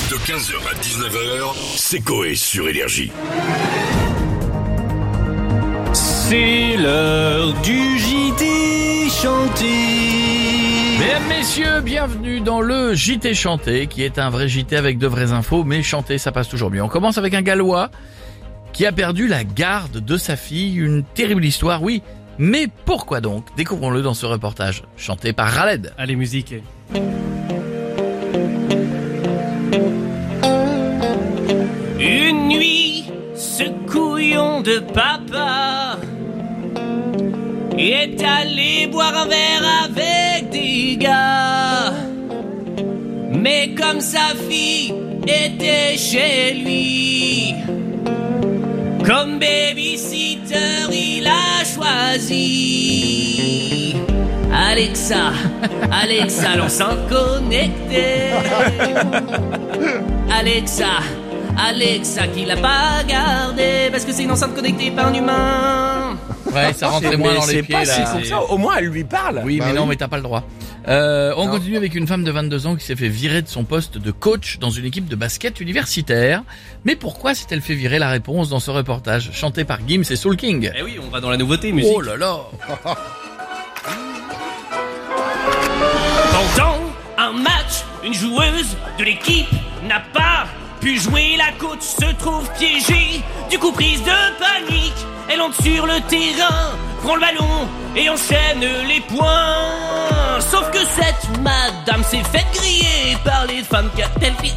De 15h à 19h, c'est Coé sur Énergie. C'est l'heure du JT chanté. Mesdames, messieurs, bienvenue dans le JT chanté, qui est un vrai JT avec de vraies infos, mais chanter, ça passe toujours mieux. On commence avec un Gallois qui a perdu la garde de sa fille. Une terrible histoire, oui. Mais pourquoi donc? Découvrons-le dans ce reportage, chanté par Khaled. Allez, musique. Une nuit, ce couillon de papa est allé boire un verre avec des gars. Mais comme sa fille était chez lui, comme babysitter, il a choisi Alexa, l'enceinte connectée. Alexa qui l'a pas gardée parce que c'est une enceinte connectée par un humain. Ouais, ça rentrait moins dans les pieds, là. C'est comme ça, au moins elle lui parle. Oui, mais non, mais t'as pas le droit. On continue avec une femme de 22 ans qui s'est fait virer de son poste de coach dans une équipe de basket universitaire. Mais pourquoi s'est-elle fait virer? La réponse dans ce reportage, chanté par Gims et Soul King. Eh oui, on va dans la nouveauté, musique. Oh là là. Pendant un match, une joueuse de l'équipe n'a pas pu jouer. La coach se trouve piégée. Du coup, prise de panique, elle entre sur le terrain, prend le ballon et enchaîne les points. Sauf que cette madame s'est faite griller par les femmes car elle fait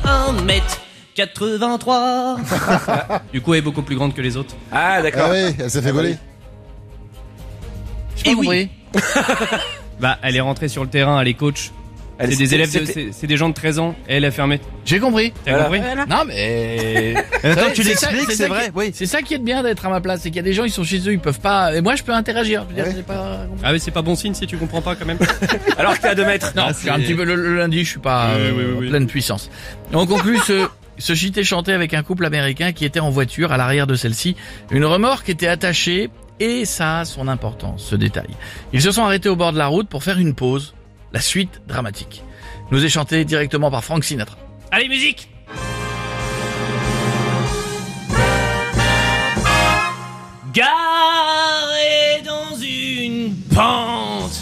1m83. Du coup, elle est beaucoup plus grande que les autres. Ah d'accord. Ah oui, elle s'est fait voler. J'ai pas compris. Bah, elle est rentrée sur le terrain, elle est coach. C'est des élèves, c'est des gens de 13 ans, et elle a fermé. J'ai compris. T'as compris? Non mais... Attends, tu C'est ça- l'expliques, c'est ça vrai, qui- oui. C'est ça qui est de bien d'être à ma place, c'est qu'il y a des gens, ils sont chez eux, ils peuvent pas... Et moi, je peux interagir. Je veux dire, Ouais. j'ai pas... Ah mais c'est pas bon signe si tu comprends pas quand même. Alors que t'es à 2 mètres. Non, je suis un petit peu le lundi, je suis pas Oui. en pleine puissance. Et on conclut ce JT chanté avec un couple américain qui était en voiture. À l'arrière de celle-ci, une remorque était attachée et ça a son importance, ce détail. Ils se sont arrêtés au bord de la route pour faire une pause. La suite dramatique nous est chantée directement par Frank Sinatra. Allez, musique. Garé dans une pente,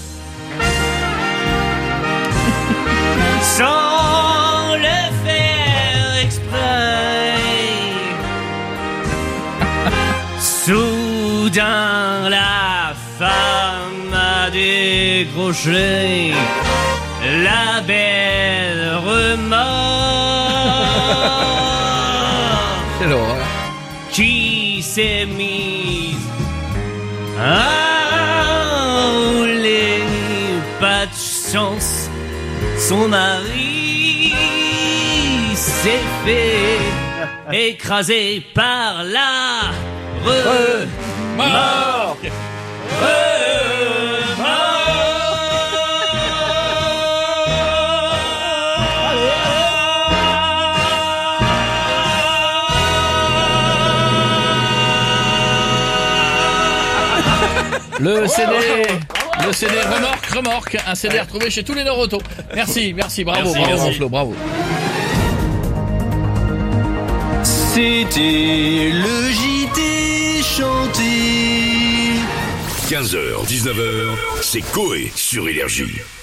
sans le faire exprès. Soudain, la femme a décroché la belle remorque C'est l'horreur. qui s'est mise à rouler. Pas de chance, son mari s'est fait écraser par la remorque. Le CD remorque, un CD retrouvé chez tous les Noroto. Merci, bravo, Merci. mon Flo, bravo. C'était le JT chanté. 15h, 19h, c'est Coé sur Énergie.